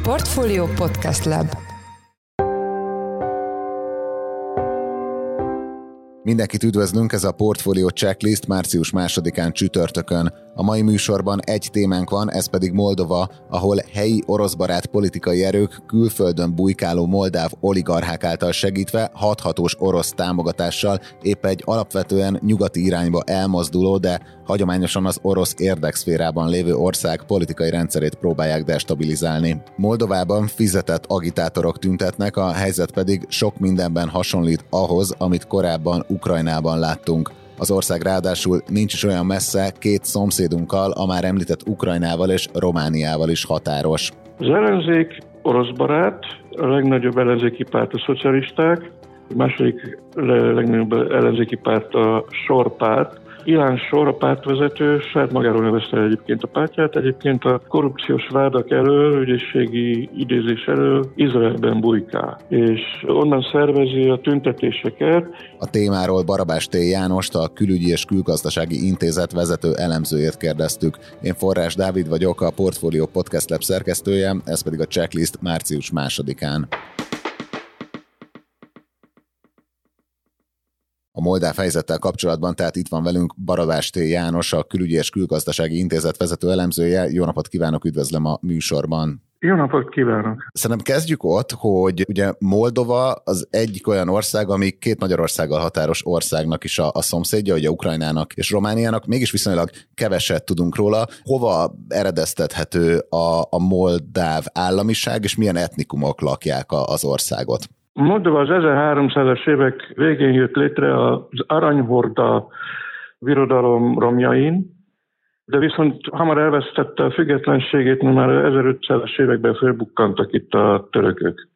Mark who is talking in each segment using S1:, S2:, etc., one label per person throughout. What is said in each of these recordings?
S1: Portfolio Podcast Lab.
S2: Mindenkit üdvözlünk, ez a Portfolio Checklist március 2-án csütörtökön. A mai műsorban egy témánk van, ez pedig Moldova, ahol helyi oroszbarát politikai erők külföldön bujkáló moldáv oligarchák által segítve hathatós orosz támogatással épp egy alapvetően nyugati irányba elmozduló, de hagyományosan az orosz érdekszférában lévő ország politikai rendszerét próbálják destabilizálni. Moldovában fizetett agitátorok tüntetnek, a helyzet pedig sok mindenben hasonlít ahhoz, amit korábban Ukrajnában láttunk. Az ország ráadásul nincs is olyan messze két szomszédunkkal, a már említett Ukrajnával és Romániával is határos.
S3: Az ellenzék oroszbarát, a legnagyobb ellenzéki párt a szocialisták, a második legnagyobb ellenzéki párt a SOR párt. Ilán Sor, a pártvezető, saját magáról nevezte egyébként a pártját, egyébként a korrupciós vádak elől, ügyészségi idézés elől Izraelben bujkál, és onnan szervezi a tüntetéseket.
S2: A témáról Barabás T. Jánost, a Külügyi és Külgazdasági Intézet vezető elemzőjét kérdeztük. Én Forrás Dávid vagyok, a Portfolio Podcast Lab szerkesztője, ez pedig a checklist március 2-án. A moldáv helyzettel kapcsolatban, tehát itt van velünk Barabás T. János, a Külügyi és Külgazdasági Intézet vezető elemzője. Jó napot kívánok, üdvözlöm a műsorban.
S3: Jó napot kívánok!
S2: Szerintem kezdjük ott, hogy ugye Moldova az egyik olyan ország, ami két Magyarországgal határos országnak is a szomszédja, ugye Ukrajnának és Romániának, mégis viszonylag keveset tudunk róla. Hova eredeztethető a moldáv államiság, és milyen etnikumok lakják az országot?
S3: Moldova az 1300-as évek végén jött létre az Aranyhorda birodalom romjain, de viszont hamar elvesztette a függetlenségét, mert már 1500-as években felbukkantak itt a törökök.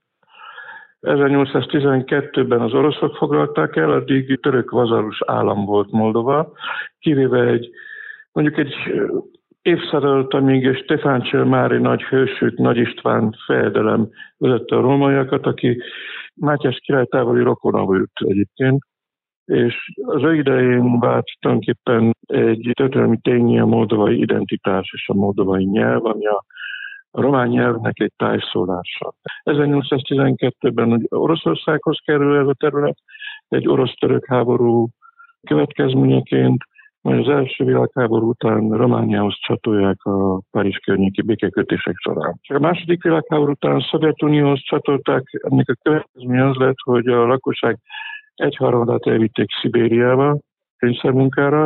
S3: 1812-ben az oroszok foglalták el, addig török vazalus állam volt Moldova, kivéve mondjuk egy évszázadot, amíg Stefán Cselmári nagy hősült, Nagy István fejedelem vezette a rómaiakat, aki Mátyás király távoli rokona volt egyébként, és az ő idején vált tulajdonképpen egy történelmi tényi a moldovai identitás és a moldovai nyelv, ami a román nyelvnek egy tájszólása. 1812-ben Oroszországhoz kerül ez a terület, egy orosz-török háború következményeként, majd az első világháború után Romániához csatolják a Párizs környéki békekötések során. A második világháború után a Szovjetunióhoz csatolták, ennek a következménye az lett, hogy a lakosság egyharmadát elvitték Szibériába, kényszermunkára.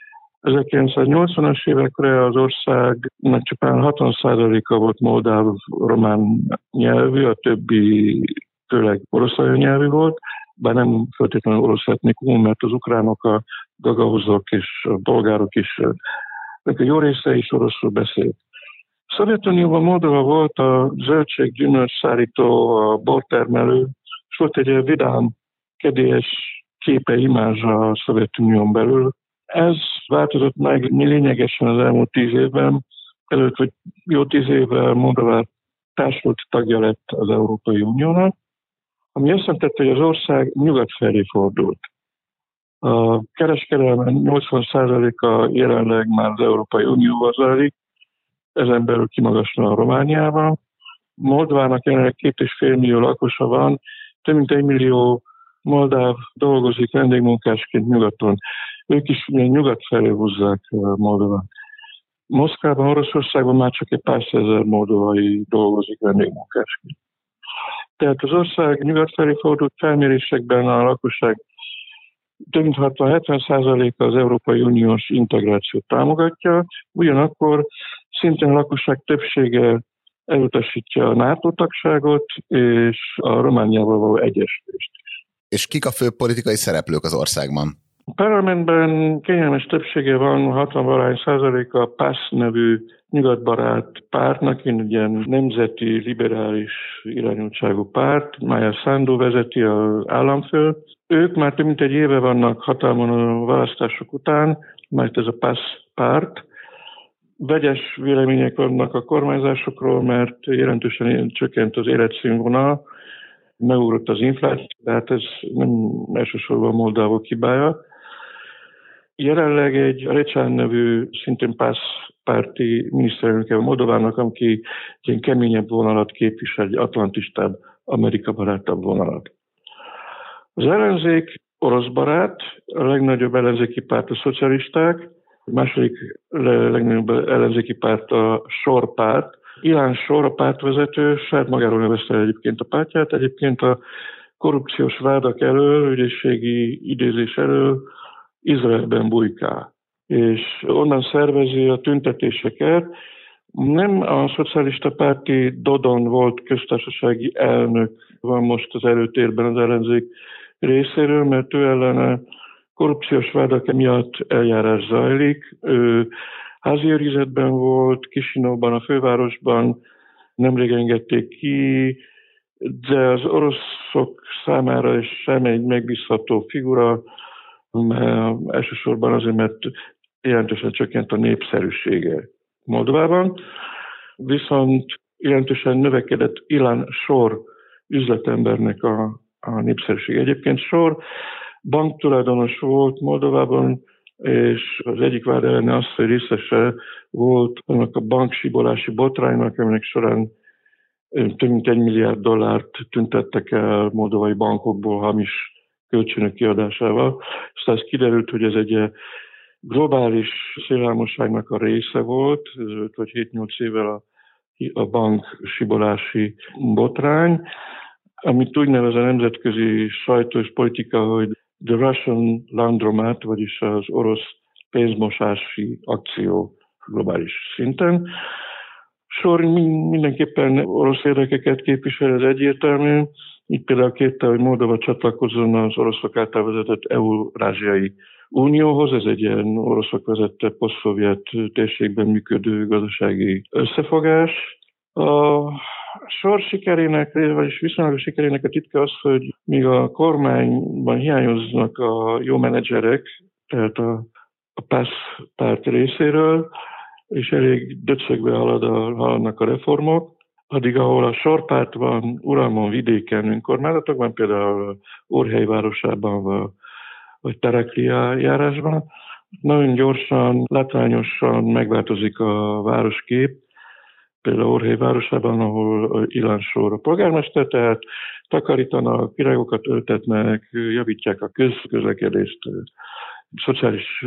S3: 1980-as évekre az országnak csupán 60%-a volt moldáv-román nyelvű, a többi főleg orosz anyanyelvű volt, bár nem feltétlenül orosz etnikum, mert az ukránok, a gagahozok és a bolgárok is, a jó része is oroszul beszélt. Szovjetunióban Moldova volt a zöldség, gyümölcs szárító, a bortermelő, és volt egy vidám, kedélyes képe, imázsa a Szovjetunión belül. Ez változott meg lényegesen az elmúlt 10 évben, előtt, hogy jó 10 évvel Moldova társult tagja lett az Európai Uniónak, ami azt jelentette, hogy az ország nyugat felé fordult. A kereskedelem 80%-a jelenleg már az Európai Unióval zajlik, ezen belül kimagaslóan a Romániában. Moldovának jelenleg 2,5 millió lakosa van, több mint 1 millió moldáv dolgozik vendégmunkásként nyugaton. Ők is nyugat felé húzzák Moldovát. Moszkvában, Oroszországban már csak egy pár százezer moldovai dolgozik vendégmunkásként. Tehát az ország nyugat felé fordult, felmérésekben a lakosság több mint 60-70%-a az Európai Uniós integrációt támogatja, ugyanakkor szintén a lakosság többsége elutasítja a NATO tagságot és a Romániával való egyesülést.
S2: És kik a fő politikai szereplők az országban?
S3: A parlamentben kényelmes többsége van, 60% a PASZ nevű nyugatbarát pártnak, egy ilyen nemzeti, liberális irányultságú párt, Mája Sandu vezeti az államfő. Ők már több mint egy éve vannak hatalmon a választások után, mert ez a PASZ párt. Vegyes vélemények vannak a kormányzásokról, mert jelentősen csökkent az életszínvonal, megugrott az infláció, tehát ez nem elsősorban Moldávok hibája. Jelenleg egy Recsán nevű, szintén PASZ párti miniszterelnöke Moldovának, aki egy ilyen keményebb vonalat képvisel, egy atlantistább, Amerika barátabb vonalat. Az ellenzék orosz barát, a legnagyobb ellenzéki párt a szocialisták, a második legnagyobb ellenzéki párt a SOR párt. Ilán Sor, a pártvezető, saját magáról nevezte egyébként a pártját, egyébként a korrupciós vádak elől, ügyészségi idézés elől Izraelben bujkál, és onnan szervezi a tüntetéseket. Nem a szocialista párti Dodon volt köztársasági elnök, van most az előtérben az ellenzék részéről, mert ő ellene korrupciós vádak miatt eljárás zajlik. Ő házi őrizetben volt, Kisinóban, a fővárosban, nemrég engedték ki, de az oroszok számára is sem egy megbízható figura, mert elsősorban azért, mert jelentősen csökkent a népszerűsége Moldovában, viszont jelentősen növekedett Ilán Sor üzletembernek a népszerűsége. Egyébként Sor banktulajdonos volt Moldovában, és az egyik vád ellene az, hogy részese volt annak a banksibolási botránynak, aminek során több mint $1 milliárd tüntettek el moldovai bankokból hamis kölcsönök kiadásával. Aztán ez kiderült, hogy ez egy globális szélhámosságnak a része volt, 5 vagy 7-8 évvel a bank sibolási botrány, amit úgy nevez a nemzetközi sajtó és politika, hogy The Russian Laundromat, vagyis az orosz pénzmosási akció globális szinten. Sor mindenképpen orosz érdekeket képvisel, ez egyértelmű. Itt például kérte, hogy Moldova csatlakozzon az oroszok által vezetett Eurázsiai Unióhoz. Ez egy ilyen oroszok vezette posztszovjet térségben működő gazdasági összefogás. A Sor sikerének, vagyis viszonylag sikerének a titka az, hogy míg a kormányban hiányoznak a jó menedzserek, tehát a PASZ párt részéről, és elég döcögbe haladnak a reformok, addig, ahol a Sor párt van uralmon vidéken, önkormányzatokban, például Orhely városában, vagy Taraklia járásban, nagyon gyorsan, látványosan megváltozik a városkép, például Orhely városában, ahol Ilán Sor a polgármester, tehát takarítanak, virágokat ültetnek, javítják a közlekedést, szociális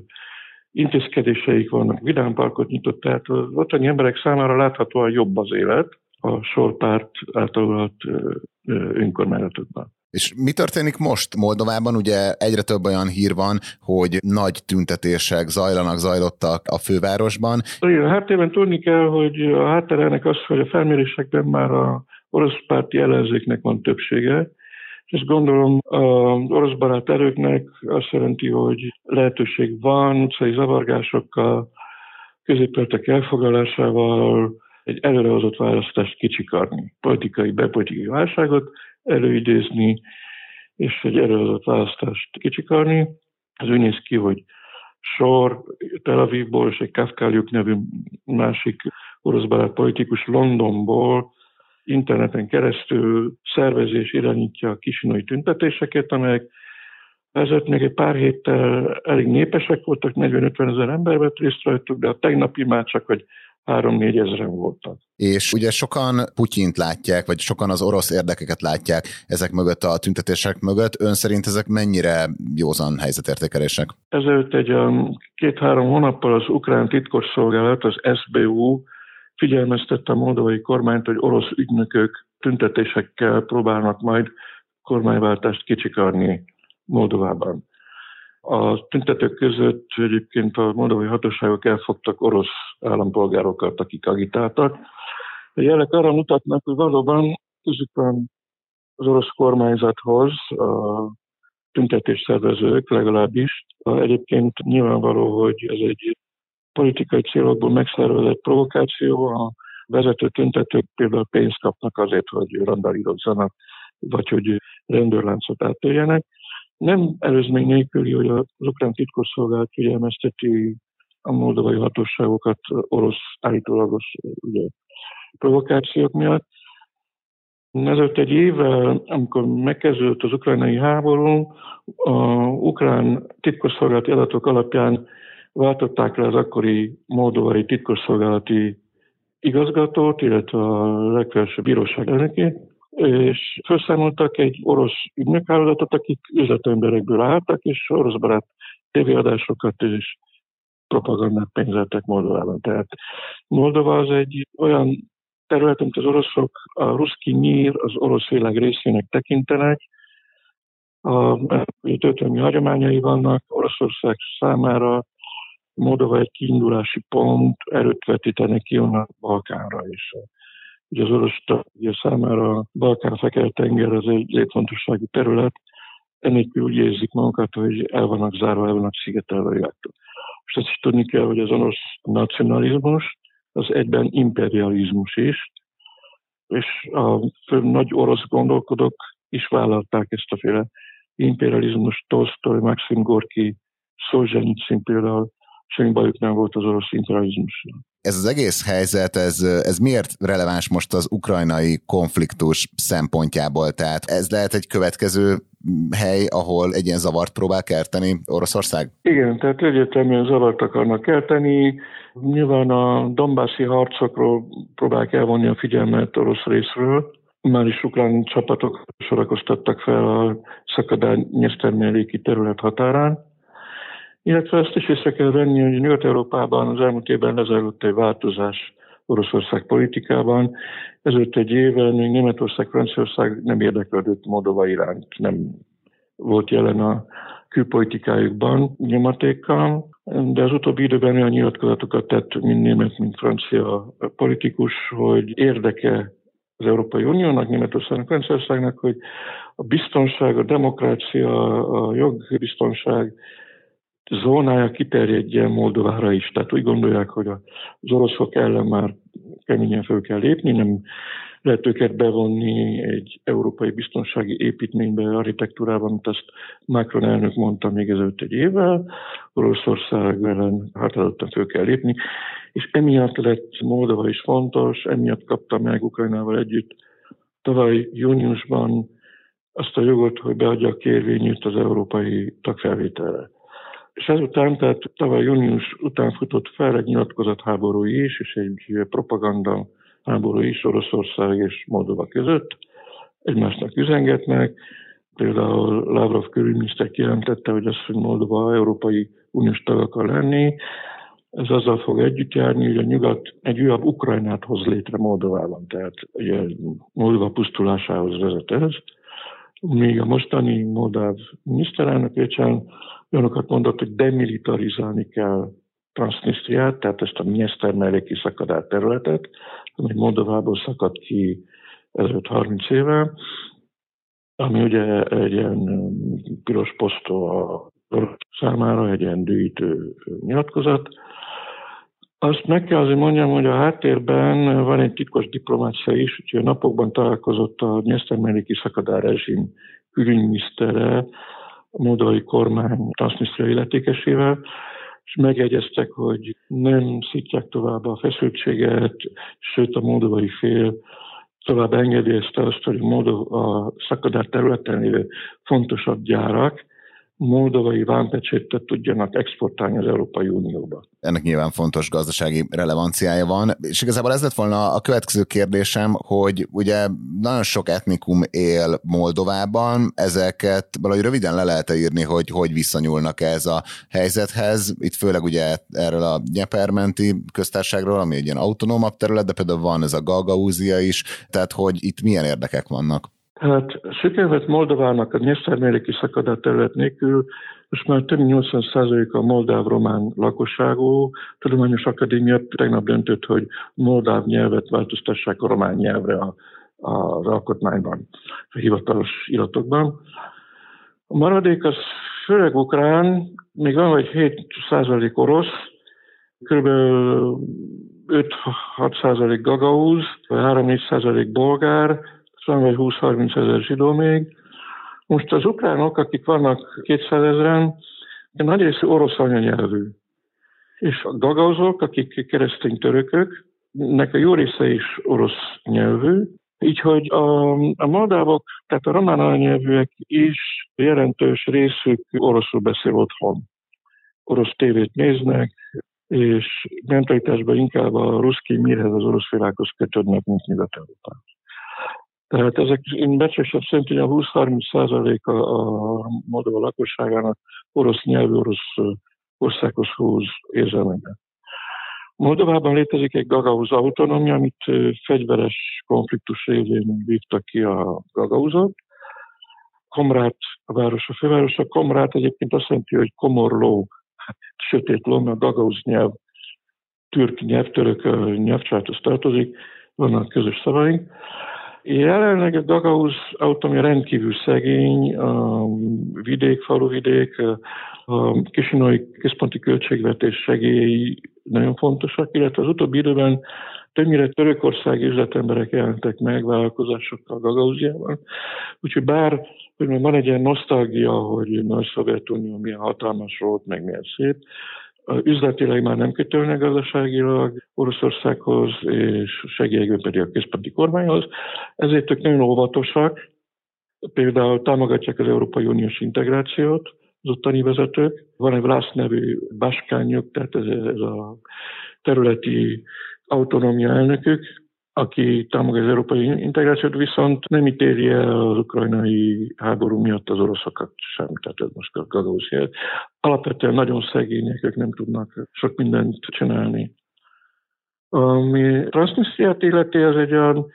S3: intézkedéseik vannak, vidámparkot nyitott, tehát az ottani emberek számára láthatóan jobb az élet a Sor párt által uralt önkormányzatokban.
S2: És mi történik most Moldovában? Ugye egyre több olyan hír van, hogy nagy tüntetések zajlottak a fővárosban.
S3: Igen, háttérben tudni kell, hogy a hátterenek az, hogy a felmérésekben már az orosz párti ellenzéknek van többsége, és ezt gondolom az orosz barát erőknek azt jelenti, hogy lehetőség van utcai zavargásokkal, középületek elfoglalásával egy előrehozott választást kicsikarni, belpolitikai válságot előidézni, és egy előrehozott választást kicsikarni. Ez úgy néz ki, hogy Sor Tel Avivból és egy Kafkáliuk nevű másik orosz barát politikus Londonból interneten keresztül szervezi és irányítja a kisinói tüntetéseket, amelyek ezért még egy pár héttel elég népesek voltak, 40-50 ezer ember vett részt rajtuk, de a tegnapi már csak, hogy 3-4 ezeren voltak.
S2: És ugye sokan Putyint látják, vagy sokan az orosz érdekeket látják ezek mögött a tüntetések mögött. Ön szerint ezek mennyire józan helyzetértékelések?
S3: Ezelőtt egy 2-3 hónappal az ukrán titkosszolgálat, az SBU figyelmeztette a moldovai kormányt, hogy orosz ügynökök tüntetésekkel próbálnak majd kormányváltást kicsikarni Moldovában. A tüntetők között egyébként a moldovai hatóságok elfogtak orosz állampolgárokat, akik agitáltak. A jelek arra mutatnak, hogy valóban közük van az orosz kormányzathoz, a tüntetésszervezők legalábbis. Egyébként nyilvánvaló, hogy ez egy politikai célokból megszervezett provokáció. A vezető tüntetők például pénzt kapnak azért, hogy randalírozzanak, vagy hogy rendőrláncot átéljenek. Nem előzmény nélküli, hogy az ukrán titkosszolgálat figyelmezteti a moldovai hatóságokat orosz állítólagos provokációk miatt. Ezelőtt egy évvel, amikor megkezdődött az ukrajnai háború, a ukrán titkosszolgálati adatok alapján váltották le az akkori moldovai titkosszolgálati igazgatót, illetve a legfelsőbb bíróság elnökét, és felszámoltak egy orosz ügynökhálózatot, akik üzletemberekből álltak, és oroszbarát tévéadásokat és propagandát pénzeltek Moldovában. Tehát Moldova az egy olyan terület, amit az oroszok a ruszki mír, az orosz világ részének tekintenek. Történelmi hagyományai vannak Oroszország számára. Moldova egy kiindulási pont, erőt vetítenek ki onnan Balkánra is. Ugye az orosz stratégia számára a Balkán-Fekete-tenger az egy létfontosságú terület, ennélkül úgy érzik magukat, hogy el vannak zárva, el vannak szigetelve a világtól. És azt is tudni kell, hogy az orosz nacionalizmus az egyben imperializmus is, és a nagy orosz gondolkodók is vállalták ezt a féle imperializmus, Tolsztoj, Maxim Gorki, Szolzsenyicin például, semmi bajuk nem volt az orosz imperializmussal.
S2: Ez az egész helyzet, ez miért releváns most az ukrajnai konfliktus szempontjából? Tehát ez lehet egy következő hely, ahol egy ilyen zavart próbál kelteni Oroszország?
S3: Igen, tehát egyértelműen zavart akarnak kelteni. Nyilván a donbassi harcokról próbálják elvonni a figyelmet orosz részről. Már is ukrán csapatok sorakoztattak fel a Szakadár-Nyesztermelléki terület határán. Illetve ezt is észre kell venni, hogy Nyugat-Európában az elmúlt évben lezajlott egy változás Oroszország politikában. Ezelőtt egy éven még Németország, Franciaország nem érdeklődött Moldova iránt, nem volt jelen a külpolitikájukban nyomatékkal, de az utóbbi időben olyan nyilatkozatokat tett mind német, mind francia politikus, hogy érdeke az Európai Uniónak, Németországnak, Franciaországnak, hogy a biztonság, a demokrácia, a jogbiztonság zónája kiterjedjen Moldovára is. Tehát úgy gondolják, hogy az oroszok ellen már keményen fel kell lépni, nem lehet őket bevonni egy európai biztonsági építménybe, architektúrában, mint azt Macron elnök mondta még ezelőtt egy évvel, Oroszország ellen határozottan fel kell lépni, és emiatt lett Moldova is fontos, emiatt kapta meg Ukrajnával együtt tavaly júniusban azt a jogot, hogy beadja a kérvényét az európai tagfelvételre. És ezután, tehát tavaly június után futott fel egy nyilatkozatháború is, és egy propaganda háború is Oroszország és Moldova között. Egymásnak üzengetnek. Például Lavrov külügyminiszter kijelentette, hogy az, hogy Moldova Európai Uniós tag akar lenni, ez azzal fog együtt járni, hogy a nyugat egy újabb Ukrajnát hoz létre Moldovában. Tehát ugye Moldova pusztulásához vezet ez. Még a mostani moldáv miniszterelnök olyanokat mondott, hogy demilitarizálni kell Transnistriát, tehát ezt a Nyesztermelléki szakadár területet, ami Moldovából szakadt ki 30 éve, ami ugye egy ilyen piros posztó a számára, egy ilyen dühítő nyilatkozat. Azt meg kell azért mondjam, hogy a háttérben van egy titkos diplomácia is, úgyhogy a napokban találkozott a Nyesztermelléki szakadár rezsim külügyminisztere, a moldovai kormány Transnistria illetékesével, és megjegyeztek, hogy nem szítják tovább a feszültséget, sőt a moldovai fél tovább engedélyezte azt, hogy a szakadár területen lévő fontosabb gyárak moldovai vámpecsétet tudjanak exportálni az Európai Unióba.
S2: Ennek nyilván fontos gazdasági relevanciája van, és igazából ez lett volna a következő kérdésem, hogy ugye nagyon sok etnikum él Moldovában, ezeket valahogy röviden le lehet írni, hogy viszonyulnak ez a helyzethez. Itt főleg ugye erről a Dnyeper-menti köztársaságról, ami egy ilyen autonómabb terület, de például van ez a Gagauzia is, tehát hogy itt milyen érdekek vannak.
S3: Hát sikerült Moldovának a Nyesztermelléki szakadár terület nélkül most már több mint 80% a moldáv-román lakosságú. Tudományos Akadémia tegnap döntött, hogy moldáv nyelvet változtassák a román nyelvre az alkotmányban, a hivatalos iratokban. A maradék az főleg ukrán, még van vagy 7% orosz, kb. 5-6% gagauz, 3-4% bolgár, van vagy 20-30 ezer zsidó még. Most az ukránok, akik vannak 200 ezeren, nagy részű orosz anyanyelvű. És a gagauzok, akik keresztény törökök, nek a jó része is orosz nyelvű, Így, hogy a moldávok, tehát a román anyanyelvűek is jelentős részük oroszul beszél otthon. Orosz tévét néznek, és mentalitásban inkább a ruszki mirhez, az orosz világhoz kötődnek, mint Nyugat-Európában. Tehát ezek, én becslésem szerint, hogy a 20-30% a Moldova lakosságának orosz nyelvű, orosz országhoz húz érzelmeket. Moldovában létezik egy Gagauz autonómia, amit fegyveres konfliktus révén vívtak ki a Gagauzot. Komrát a város, a fővárosa. Komrát egyébként azt jelenti, hogy komorló, sötét ló, mert a Gagauz nyelv, türk nyelv, török nyelvcsaládhoz tartozik, vannak közös szavaink. Jelenleg a Gagauz autonómia rendkívül szegény, a vidék, faluvidék, a Kisinói központi költségvetés segély nagyon fontosak, illetve az utóbbi időben többnyire törökországi üzletemberek jelentek meg vállalkozásokkal Gagauzjában. Úgyhogy bár hogy van egy ilyen nosztalgia, hogy nagy Szovjetunió milyen hatalmas volt, meg milyen szép, üzletileg már nem kötődnek gazdaságilag Oroszországhoz, és segélyekben pedig a központi kormányhoz. Ezért ők nagyon óvatosak, például támogatják az Európai Uniós integrációt, az ottani vezetők. Van egy Vlasz nevű baskányuk, tehát ez a területi autonómia elnökük, aki támogatja az európai integrációt, viszont nem ítéli el az ukrajnai háború miatt az oroszokat sem, tehát ez most a Gagauz jel. Alapvetően nagyon szegények, ők nem tudnak sok mindent csinálni. Ami Transnistriát illeti, ez egy olyan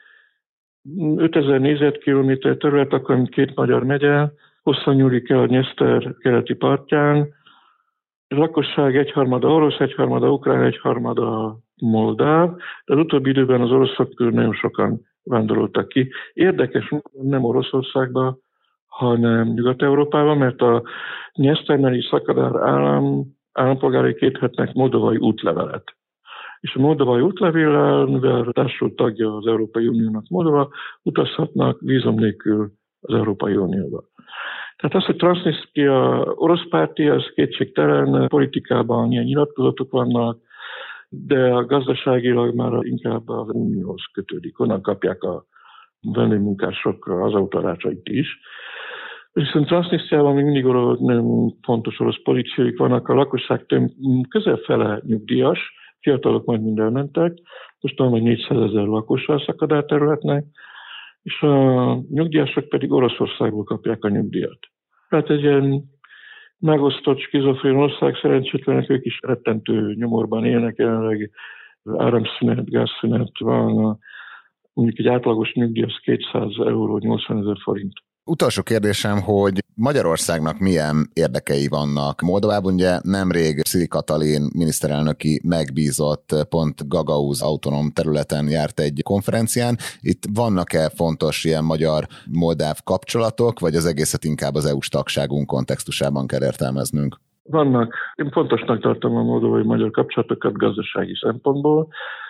S3: 5000 négyzetkilométer terület, akkor mint 2 magyar megye, hosszan nyúlik el a Dnyeszter keleti partján. A lakosság egyharmada orosz, egyharmada ukrán, egyharmada moldáv, de az utóbbi időben az oroszok közül nagyon sokan vándoroltak ki. Érdekes, nem Oroszországba, hanem Nyugat-Európában, mert a Dnyesztermeri szakadár állampolgárai kérhetnek moldovai útlevelet. És a moldovai útlevéllel, mivel társult tagja az Európai Uniónak Moldova, utazhatnak vízum nélkül az Európai Unióba. Tehát az, hogy Transnistria orosz párti, az kétségtelen, politikában ilyen nyilatkozatok vannak, de a gazdaságilag már inkább az Unióhoz kötődik. Onnan kapják a vendégmunkások az autórácsait is. Viszont Transnistriában még mindig nagyon fontos orosz pozícióik vannak, a lakosság közel fele nyugdíjas, fiatalok majd mind elmentek, most talán 400 000 lakosa a szakadár területnek, és a nyugdíjasok pedig Oroszországból kapják a nyugdíjat. Tehát egy ilyen megosztott, skizofrén ország, szerencsétlenek, ők is rettentő nyomorban élnek, jelenleg áramszünet, gázszünet van, mondjuk egy átlagos nyugdíj az 200 euró, 80 000 forint.
S2: Utolsó kérdésem, hogy Magyarországnak milyen érdekei vannak Moldovában? Ugye nemrég Szili Katalin miniszterelnöki megbízott pont Gagauz autonóm területen járt egy konferencián. Itt vannak-e fontos ilyen magyar-moldáv kapcsolatok, vagy az egészet inkább az EU-s tagságunk kontextusában kell értelmeznünk?
S3: Vannak. Én fontosnak tartom a moldovai magyar kapcsolatokat gazdasági szempontból.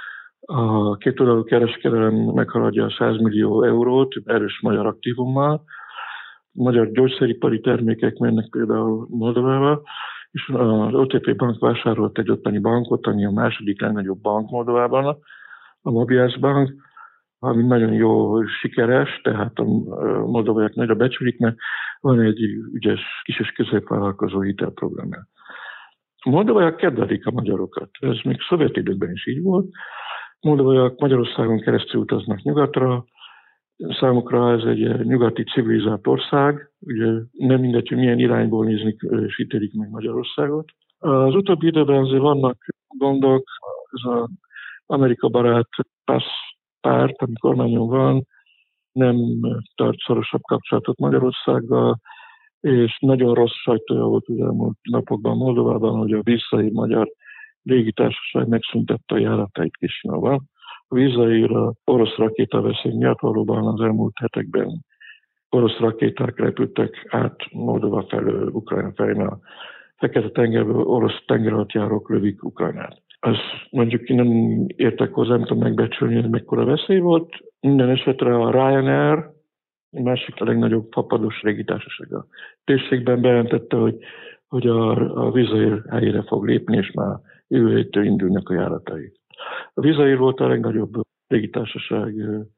S3: A kétoldalú kereskedelem meghaladja a 100 millió eurót erős magyar aktívummal. Magyar gyógyszeripari termékek mennek például Moldovába, és az OTP Bank vásárolt egy ottani bankot, ami a második legnagyobb bank Moldovában, a Mobiles Bank, ami nagyon jó, sikeres, tehát a moldovaiak nagyra becsülik, mert van egy ügyes kis- és középvállalkozó hitelprogramja. A moldovaiak kedvelik a magyarokat. Ez még szovjet időkben is így volt. Moldovaiak Magyarországon keresztül utaznak nyugatra, számukra ez egy nyugati civilizált ország, ugye nem mindegy, hogy milyen irányból néznek és ítélik meg Magyarországot. Az utóbbi időben azért vannak gondok, ez az Amerika barát párt, ami kormányon van, nem tart szorosabb kapcsolatot Magyarországgal, és nagyon rossz sajtója volt az elmúlt napokban Moldovában, hogy a Visszai Magyar Légitársaság megszüntette a járatait Kisinóban. A Visszaira orosz rakétaveszély miatt valóban az elmúlt hetekben orosz rakéták repültek át Moldova felől, Ukrajna felé, mert a Fekete-tengerből orosz tengeralattjárók lövik Ukrajnát. Azt mondjuk én nem értek hozzá, nem tudom megbecsülni, hogy mekkora veszély volt. Minden esetre a Ryanair, a másik a legnagyobb fapados légitársaság a térségben bejelentette, hogy a Visszair helyére fog lépni, és már jövő héttől indulnak a járatai. A Visszair volt a legnagyobb légitársaság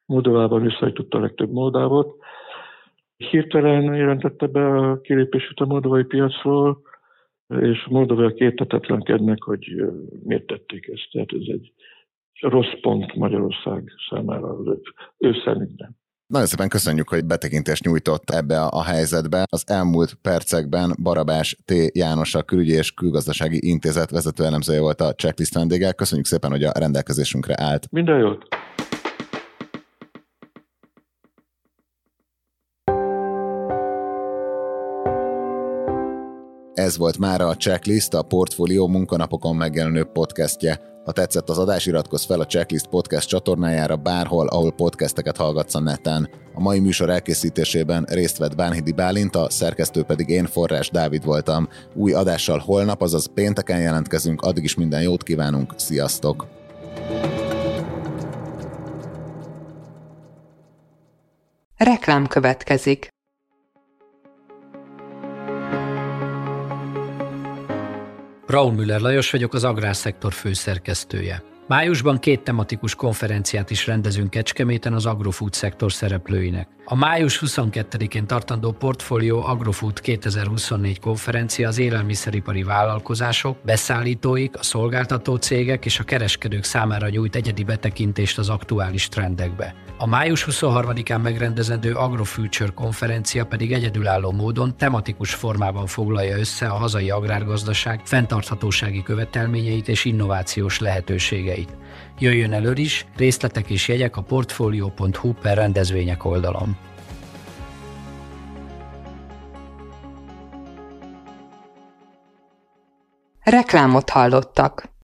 S3: Moldovában visszajutott a legtöbb moldávot. Hirtelen jelentette be a kilépését a moldovai piacról, és a moldovaiak érthetetlenkednek, hogy miért tették ezt. Tehát ez egy rossz pont Magyarország számára, ő szerint.
S2: Nagyon szépen köszönjük, hogy betekintést nyújtott ebbe a helyzetbe. Az elmúlt percekben Barabás T. János, a Külügyi és Külgazdasági Intézet vezető elemzője volt a Checklist vendége. Köszönjük szépen, hogy a rendelkezésünkre állt.
S3: Minden jót!
S2: Ez volt mára a Checklist, a Portfólió munkanapokon megjelenő podcastje. Ha tetszett az adás, iratkozz fel a Checklist podcast csatornájára bárhol, ahol podcasteket hallgatsz a neten. A mai műsor elkészítésében részt vett Bánhidi Bálint, a szerkesztő pedig én, Forrás Dávid voltam. Új adással holnap, azaz pénteken jelentkezünk, addig is minden jót kívánunk, sziasztok!
S1: Reklám következik.
S4: Braun Müller Lajos vagyok, az Agrárszektor főszerkesztője. Májusban 2 tematikus konferenciát is rendezünk Kecskeméten az agrofood szektor szereplőinek. A május 22-én tartandó Portfolio Agrofood 2024 konferencia az élelmiszeripari vállalkozások, beszállítóik, a szolgáltató cégek és a kereskedők számára nyújt egyedi betekintést az aktuális trendekbe. A május 23-án megrendezendő AgroFuture konferencia pedig egyedülálló módon tematikus formában foglalja össze a hazai agrárgazdaság fenntarthatósági követelményeit és innovációs lehetőségeit. Jöjjön elő is, részletek és jegyek a portfolio.hu/rendezvények oldalon.
S1: Reklámot hallottak.